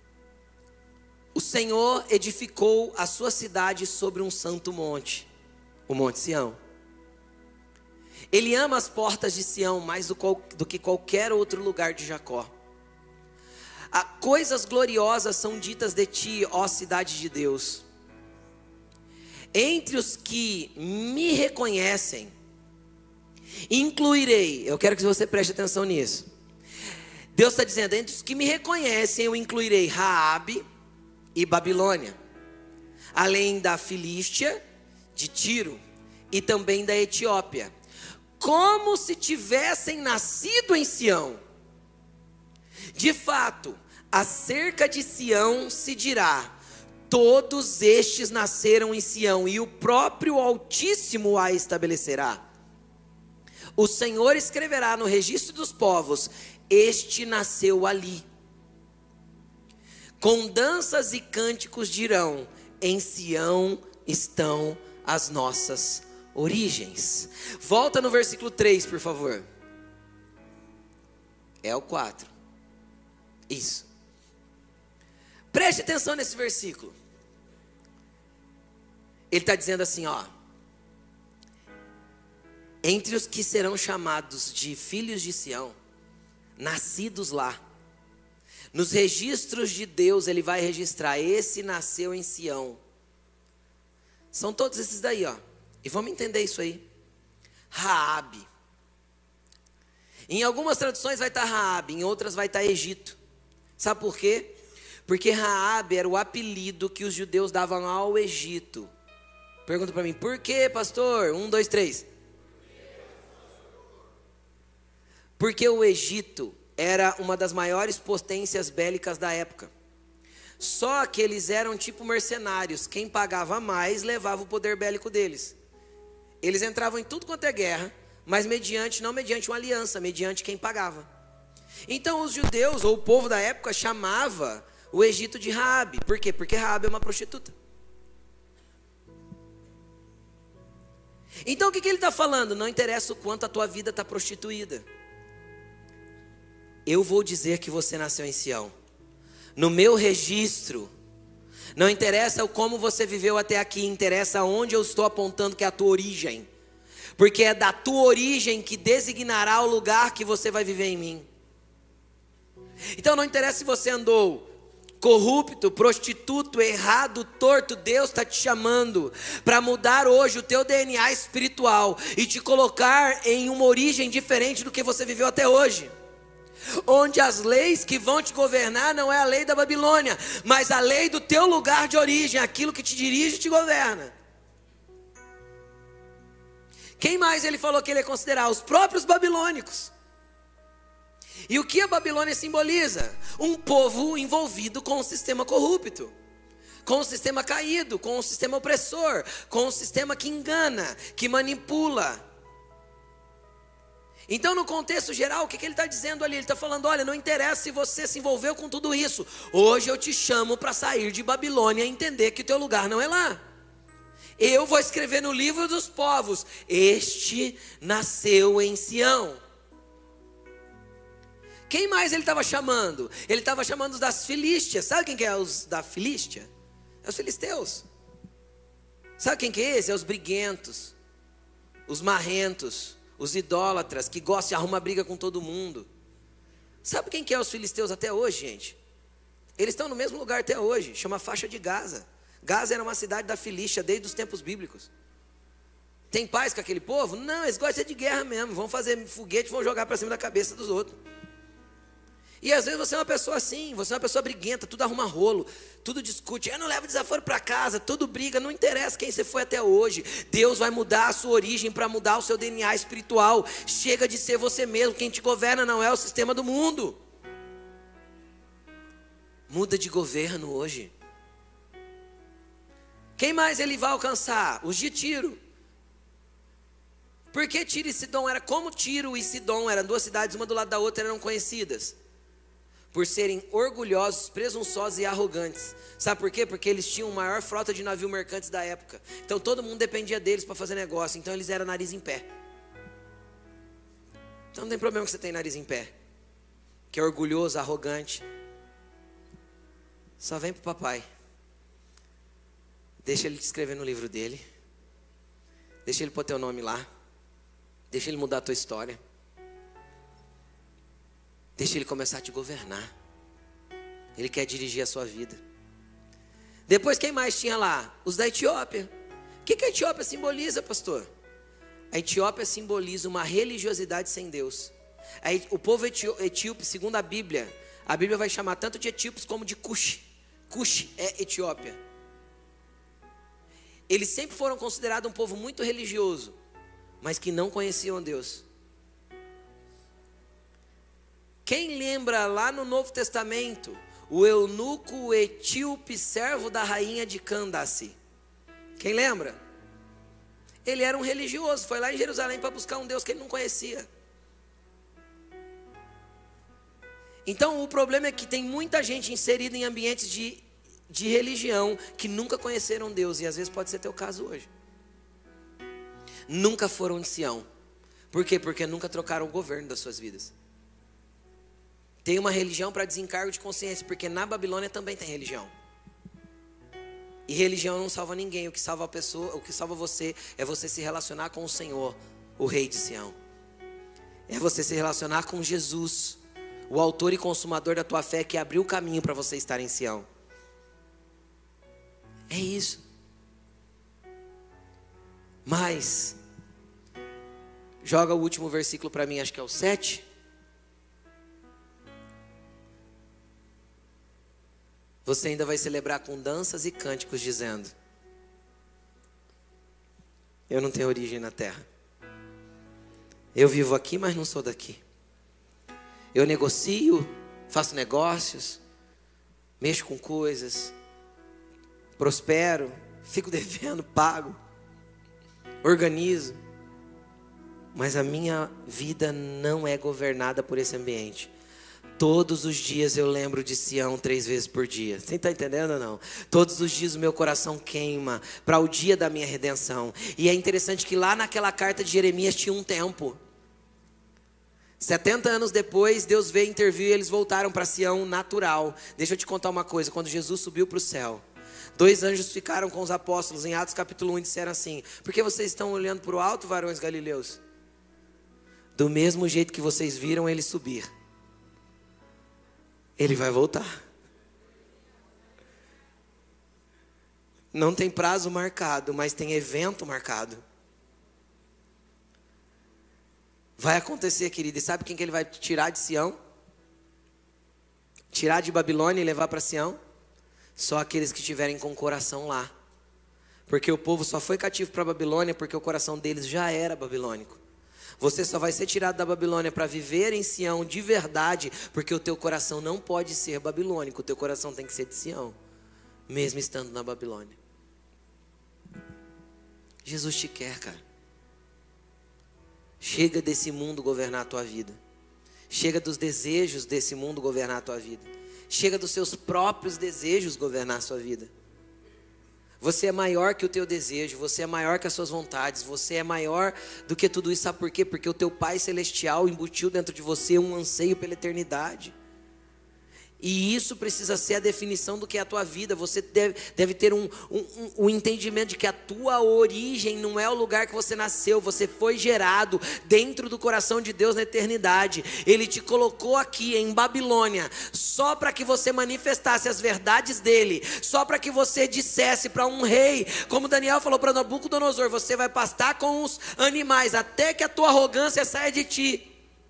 O Senhor edificou a sua cidade sobre um santo monte, o Monte Sião. Ele ama as portas de Sião mais do, qual, do que qualquer outro lugar de Jacó. Ah, coisas gloriosas são ditas de ti, ó cidade de Deus. Entre os que me reconhecem, incluirei, eu quero que você preste atenção nisso. Deus está dizendo, entre os que me reconhecem, eu incluirei Raabe e Babilônia, além da Filístia, de Tiro e também da Etiópia, como se tivessem nascido em Sião. De fato, acerca de Sião se dirá, todos estes nasceram em Sião, e o próprio Altíssimo a estabelecerá. O Senhor escreverá no registro dos povos, este nasceu ali. Com danças e cânticos dirão, em Sião estão as nossas origens. Volta no versículo três, por favor. É o quatro. Isso. Preste atenção nesse versículo. Ele está dizendo assim, ó. Entre os que serão chamados de filhos de Sião, nascidos lá, nos registros de Deus ele vai registrar, esse nasceu em Sião. São todos esses daí, ó. E vamos entender isso aí. Raabe. Em algumas traduções vai estar Raabe, em outras vai estar Egito. Sabe por quê? Porque Raabe era o apelido que os judeus davam ao Egito. Pergunta para mim, por quê, pastor? Um, dois, três. Porque o Egito era uma das maiores potências bélicas da época. Só que eles eram tipo mercenários. Quem pagava mais levava o poder bélico deles. Eles entravam em tudo quanto é guerra, mas mediante, não mediante uma aliança, mediante quem pagava. Então os judeus, ou o povo da época, chamava o Egito de Raabe. Por quê? Porque Raabe é uma prostituta. Então o que, que ele está falando? Não interessa o quanto a tua vida está prostituída. Eu vou dizer que você nasceu em Sião. No meu registro, não interessa o como você viveu até aqui, interessa onde eu estou apontando que é a tua origem. Porque é da tua origem que designará o lugar que você vai viver em mim. Então não interessa se você andou corrupto, prostituto, errado, torto, Deus está te chamando para mudar hoje o teu D N A espiritual e te colocar em uma origem diferente do que você viveu até hoje. Onde as leis que vão te governar não é a lei da Babilônia, mas a lei do teu lugar de origem, aquilo que te dirige e te governa. Quem mais ele falou que ele ia considerar? Os próprios babilônicos. E o que a Babilônia simboliza? Um povo envolvido com um sistema corrupto, com um sistema caído, com um sistema opressor, com um sistema que engana, que manipula. Então no contexto geral, o que, que ele está dizendo ali? Ele está falando, olha, não interessa se você se envolveu com tudo isso. Hoje eu te chamo para sair de Babilônia e entender que o teu lugar não é lá. Eu vou escrever no livro dos povos, este nasceu em Sião. Quem mais ele estava chamando? Ele estava chamando os das Filístias. Sabe quem que é os da Filístia? É os filisteus. Sabe quem que é esse? É os briguentos, os marrentos, os idólatras, que gostam de arrumar briga com todo mundo. Sabe quem que é os filisteus até hoje, gente? Eles estão no mesmo lugar até hoje, chama faixa de Gaza. Gaza era uma cidade da Filístia desde os tempos bíblicos. Tem paz com aquele povo? Não, eles gostam de guerra mesmo. Vão fazer foguete, vão jogar para cima da cabeça dos outros. E às vezes você é uma pessoa assim, você é uma pessoa briguenta, tudo arruma rolo, tudo discute, eu não levo desaforo para casa, tudo briga, não interessa quem você foi até hoje. Deus vai mudar a sua origem para mudar o seu D N A espiritual. Chega de ser você mesmo, quem te governa não é o sistema do mundo. Muda de governo hoje. Quem mais ele vai alcançar? Os de Tiro. Porque Tiro e Sidom era como Tiro e Sidom eram duas cidades, uma do lado da outra, eram conhecidas. por serem orgulhosos, presunçosos e arrogantes. Sabe por quê? Porque eles tinham a maior frota de navios mercantes da época. Então todo mundo dependia deles para fazer negócio. Então eles eram nariz em pé. Então não tem problema que você tenha nariz em pé, que é orgulhoso, arrogante. Só vem pro papai. Deixa ele te escrever no livro dele. Deixa ele pôr teu nome lá. Deixa ele mudar a tua história. Deixa ele começar a te governar. Ele quer dirigir a sua vida. Depois quem mais tinha lá? Os da Etiópia. O que, que a Etiópia simboliza, pastor? A Etiópia simboliza uma religiosidade sem Deus. O povo etíope, segundo a Bíblia, a Bíblia vai chamar tanto de etíopes como de Cush. Cush é Etiópia. Eles sempre foram considerados um povo muito religioso, mas que não conheciam Deus. Quem lembra lá no Novo Testamento, o eunuco etíope, servo da rainha de Candace? Quem lembra? Ele era um religioso, foi lá em Jerusalém para buscar um Deus que ele não conhecia. Então o problema é que tem muita gente inserida em ambientes de, de religião que nunca conheceram Deus, e às vezes pode ser teu caso hoje. Nunca foram de Sião. Por quê? Porque nunca trocaram o governo das suas vidas. Tem uma religião para desencargo de consciência, porque na Babilônia também tem religião. E religião não salva ninguém. O que salva a pessoa, o que salva você é você se relacionar com o Senhor, o Rei de Sião. É você se relacionar com Jesus, o autor e consumador da tua fé, que abriu o caminho para você estar em Sião. É isso. Mas joga o último versículo para mim, acho que é o sete. Você ainda vai celebrar com danças e cânticos, dizendo: eu não tenho origem na terra. Eu vivo aqui, mas não sou daqui. Eu negocio, faço negócios, mexo com coisas, prospero, fico devendo, pago, organizo. Mas a minha vida não é governada por esse ambiente. Todos os dias eu lembro de Sião três vezes por dia. Você está entendendo ou não? Todos os dias o meu coração queima para o dia da minha redenção. E é interessante que lá naquela carta de Jeremias tinha um tempo. setenta anos depois, Deus veio intervir e eles voltaram para Sião natural. Deixa eu te contar uma coisa. Quando Jesus subiu para o céu, dois anjos ficaram com os apóstolos em Atos capítulo um e disseram assim: por que vocês estão olhando para o alto, varões galileus? Do mesmo jeito que vocês viram ele subir, ele vai voltar. Não tem prazo marcado, mas tem evento marcado. Vai acontecer, querido. E sabe quem que ele vai tirar de Sião? Tirar de Babilônia e levar para Sião? Só aqueles que estiverem com o coração lá. Porque o povo só foi cativo para a Babilônia porque o coração deles já era babilônico. Você só vai ser tirado da Babilônia para viver em Sião de verdade, porque o teu coração não pode ser babilônico. O teu coração tem que ser de Sião, mesmo estando na Babilônia. Jesus te quer, cara. Chega desse mundo governar a tua vida. Chega dos desejos desse mundo governar a tua vida. Chega dos seus próprios desejos governar a sua vida. Você é maior que o teu desejo, você é maior que as suas vontades, você é maior do que tudo isso. Sabe por quê? Porque o teu Pai Celestial embutiu dentro de você um anseio pela eternidade. E isso precisa ser a definição do que é a tua vida. Você deve, deve ter um, um, um entendimento de que a tua origem não é o lugar que você nasceu. Você foi gerado dentro do coração de Deus na eternidade. Ele te colocou aqui em Babilônia só para que você manifestasse as verdades dele, só para que você dissesse para um rei, como Daniel falou para Nabucodonosor: você vai pastar com os animais até que a tua arrogância saia de ti.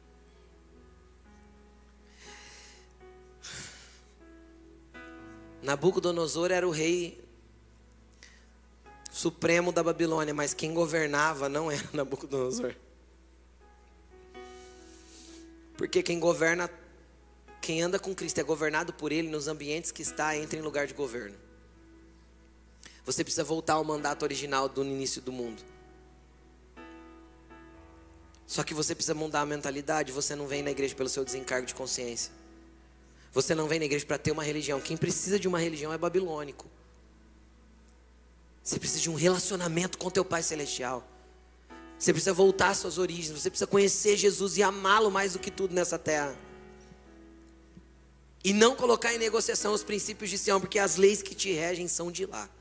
Nabucodonosor era o rei supremo da Babilônia, mas quem governava não era Nabucodonosor. Porque quem governa, quem anda com Cristo é governado por ele nos ambientes que está, entra em lugar de governo. Você precisa voltar ao mandato original do início do mundo. Só que você precisa mudar a mentalidade. Você não vem na igreja pelo seu desencargo de consciência. Você não vem na igreja para ter uma religião. Quem precisa de uma religião é babilônico. Você precisa de um relacionamento com teu Pai Celestial. Você precisa voltar às suas origens. Você precisa conhecer Jesus e amá-lo mais do que tudo nessa terra. E não colocar em negociação os princípios de Sião, porque as leis que te regem são de lá.